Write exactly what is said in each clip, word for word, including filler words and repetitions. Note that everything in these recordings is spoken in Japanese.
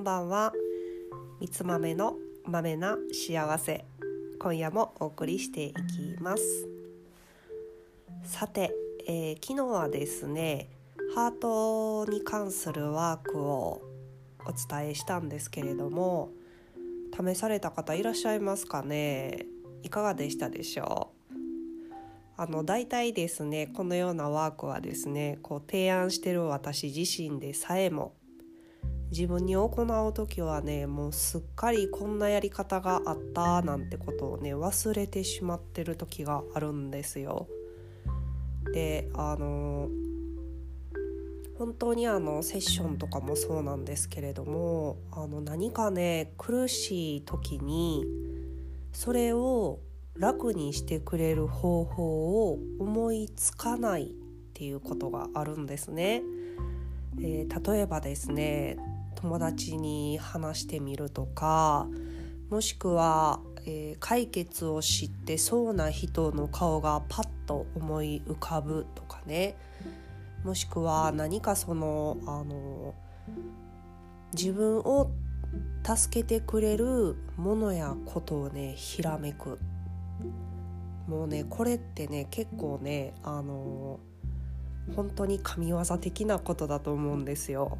んばんは。みつまめのまめな幸せ、今夜もお送りしていきます。さて、えー、昨日はですねハートに関するワークをお伝えしたんですけれども、試された方いらっしゃいますかね。いかがでしたでしょう。あのだいたいですねこのようなワークはですねこう提案してる私自身でさえも自分に行うときはねもうすっかりこんなやり方があったなんてことをね忘れてしまってる時があるんですよ。であの本当にあのセッションとかもそうなんですけれども、あの何かね苦しい時にそれを楽にしてくれる方法を思いつかないっていうことがあるんですね。えー、例えばですね友達に話してみるとか、もしくは、えー、解決を知ってそうな人の顔がパッと思い浮かぶとかね、もしくは何かその、あの自分を助けてくれるものやことをねひらめく。もうねこれってね結構ねあの本当に神業的なことだと思うんですよ。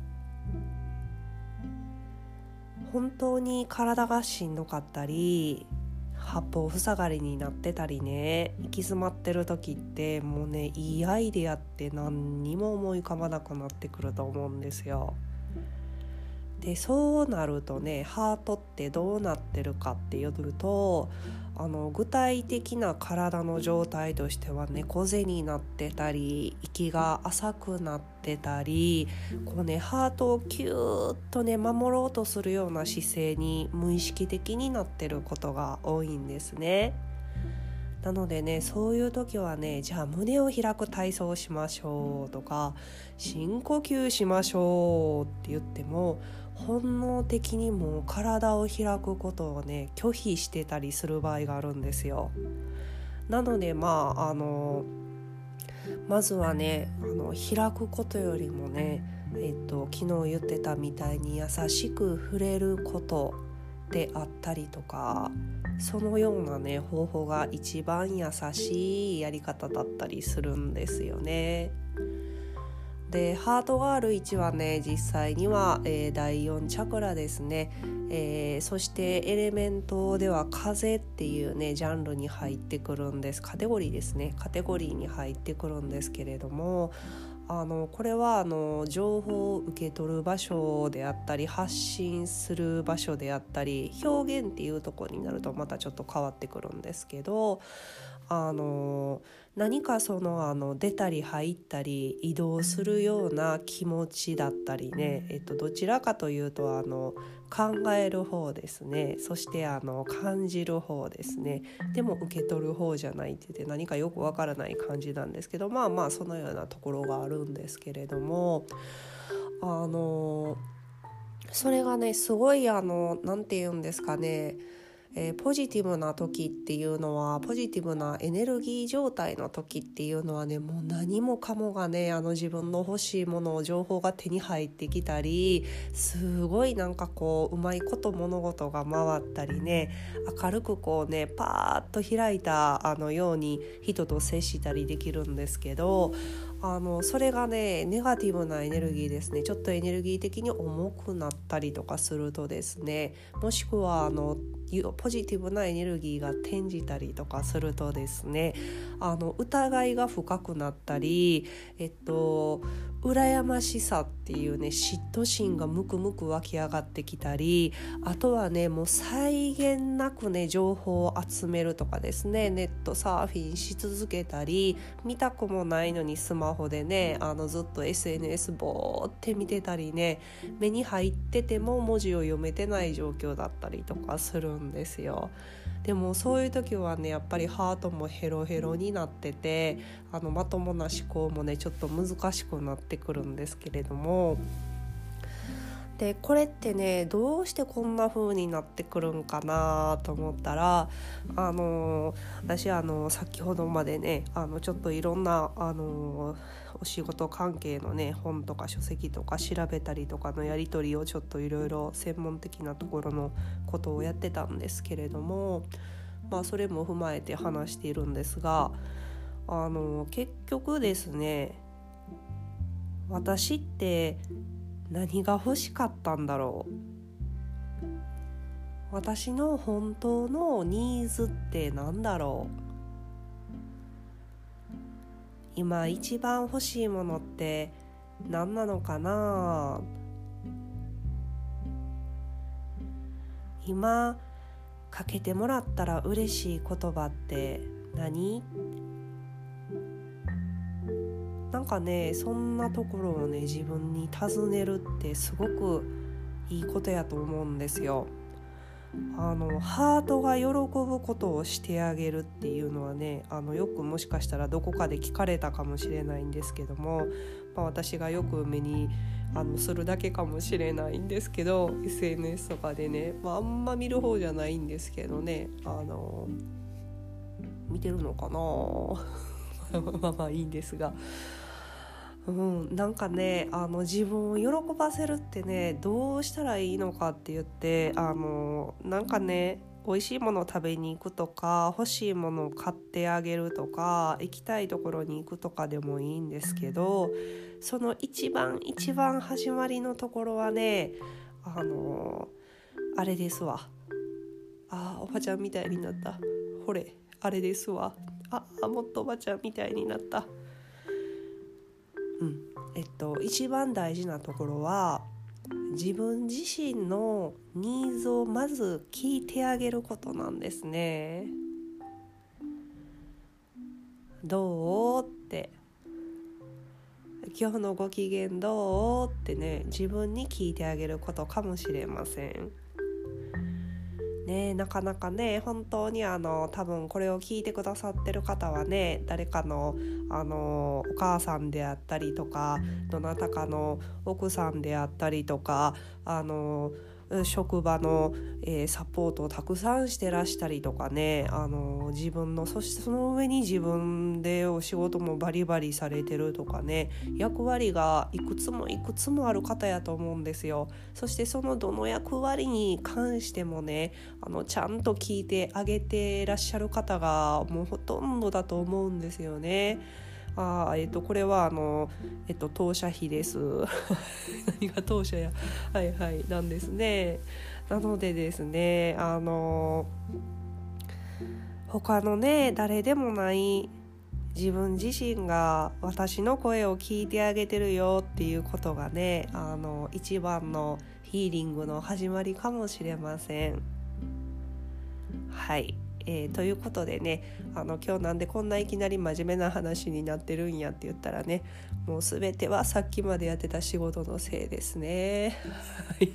本当に体がしんどかったり八方塞がりになってたりね行き詰まってる時ってもうねいいアイデアって何にも思い浮かばなくなってくると思うんですよ。でそうなるとねハートってどうなってるかっていうと、あの具体的な体の状態としては猫背になってたり息が浅くなってたり、こうねハートをキューッとね守ろうとするような姿勢に無意識的になってることが多いんですね。なのでねそういう時はねじゃあ胸を開く体操をしましょうとか深呼吸しましょうって言っても本能的にもう体を開くことをね拒否してたりする場合があるんですよ。なのでまああのまずはねあの開くことよりもね、えっと、昨日言ってたみたいに優しく触れることであったりとか、そのようなね方法が一番優しいやり方だったりするんですよね。でハートがある位置はね実際には、えー、だいよんチャクラですね、えー、そしてエレメントでは風っていうねジャンルに入ってくるんです。カテゴリーですねカテゴリーに入ってくるんですけれども、あのこれはあの情報を受け取る場所であったり発信する場所であったり表現っていうところになるとまたちょっと変わってくるんですけど、あの何かその、あの出たり入ったり移動するような気持ちだったりね、えっと、どちらかというとあの考える方ですね、そしてあの感じる方ですね、でも受け取る方じゃないって言って何かよくわからない感じなんですけど、まあまあそのようなところがあるんですけれども、あのそれがねすごいあのなんて言うんですかね、えー、ポジティブな時っていうのはポジティブなエネルギー状態の時っていうのはねもう何もかもがねあの自分の欲しいもの情報が手に入ってきたり、すごいなんかこううまいこと物事が回ったりね明るくこうねパーッと開いたあのように人と接したりできるんですけど、あのそれがねネガティブなエネルギーですね、ちょっとエネルギー的に重くなったりとかするとですね、もしくはあのポジティブなエネルギーが転じたりとかするとですね、あの疑いが深くなったり、えっと羨ましさっていうね嫉妬心がムクムク湧き上がってきたり、あとはねもう際限なくね情報を集めるとかですね、ネットサーフィンし続けたり、見たくもないのにスマホでねあのずっと エスエヌエス ぼーって見てたりね、目に入ってても文字を読めてない状況だったりとかするんですよ。でもそういう時はねやっぱりハートもヘロヘロになってて、あのまともな思考もねちょっと難しくなってくるんですけれども、 でこれってねどうしてこんな風になってくるんかなと思ったら、あの私あの先ほどまでねあのちょっといろんなあのお仕事関係のね本とか書籍とか調べたりとかのやり取りをちょっといろいろ専門的なところのことをやってたんですけれども、まあそれも踏まえて話しているんですが、あの結局ですね、私って何が欲しかったんだろう。私の本当のニーズって何だろう。今一番欲しいものって何なのかな。今かけてもらったら嬉しい言葉って何？なんかね、そんなところをね自分に尋ねるってすごくいいことやと思うんですよ。あのハートが喜ぶことをしてあげるっていうのはね、あのよくもしかしたらどこかで聞かれたかもしれないんですけども、まあ、私がよく目にあのするだけかもしれないんですけど、 エスエヌエス とかでね、まあ、あんま見る方じゃないんですけどね、あの見てるのかなまあまあいいんですが、うん、なんかねあの自分を喜ばせるってねどうしたらいいのかって言って、あのなんかね美味しいものを食べに行くとか欲しいものを買ってあげるとか行きたいところに行くとかでもいいんですけど、その一番一番始まりのところはね、あのあれですわ。あおばちゃんみたいになった。ほれあれですわ。あもっとおばちゃんみたいになった。うん、えっと一番大事なところは自分自身のニーズをまず聞いてあげることなんですね。どうって、今日のご機嫌どうってね自分に聞いてあげることかもしれませんね。なかなかね本当にあの多分これを聞いてくださってる方はね誰かのあのお母さんであったりとかどなたかの奥さんであったりとかあの職場の、えー、サポートをたくさんしてらしたりとかね、あの自分のそしてその上に自分でお仕事もバリバリされてるとかね、役割がいくつもいくつもある方やと思うんですよ。そしてそのどの役割に関してもねあのちゃんと聞いてあげてらっしゃる方がもうほとんどだと思うんですよね。あえっとこれはあのえっと当社費です何が当社やはいはいなんですね。なのでですねあの他のね誰でもない自分自身が私の声を聞いてあげてるよっていうことがねあの一番のヒーリングの始まりかもしれません。はい、えー、ということでねあの今日なんでこんないきなり真面目な話になってるんやって言ったらね、もうすべてはさっきまでやってた仕事のせいですねむ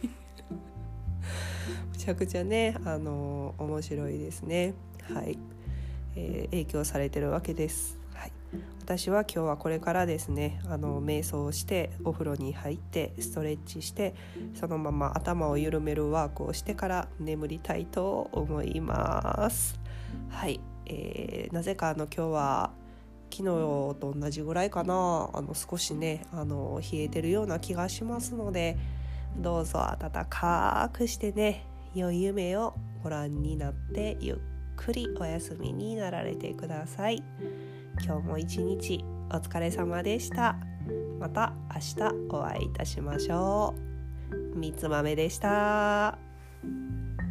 ちゃくちゃねあの面白いですね。はい、えー、影響されてるわけです。はい、私は今日はこれからですねあの瞑想をしてお風呂に入ってストレッチしてそのまま頭を緩めるワークをしてから眠りたいと思います。はい、えー、なぜかあの今日は昨日と同じぐらいかなあの少しねあの冷えてるような気がしますので、どうぞ暖かくしてね良い夢をご覧になってゆっくりお休みになられてください。今日も一日お疲れ様でした。また明日お会いいたしましょう。みつまめでした。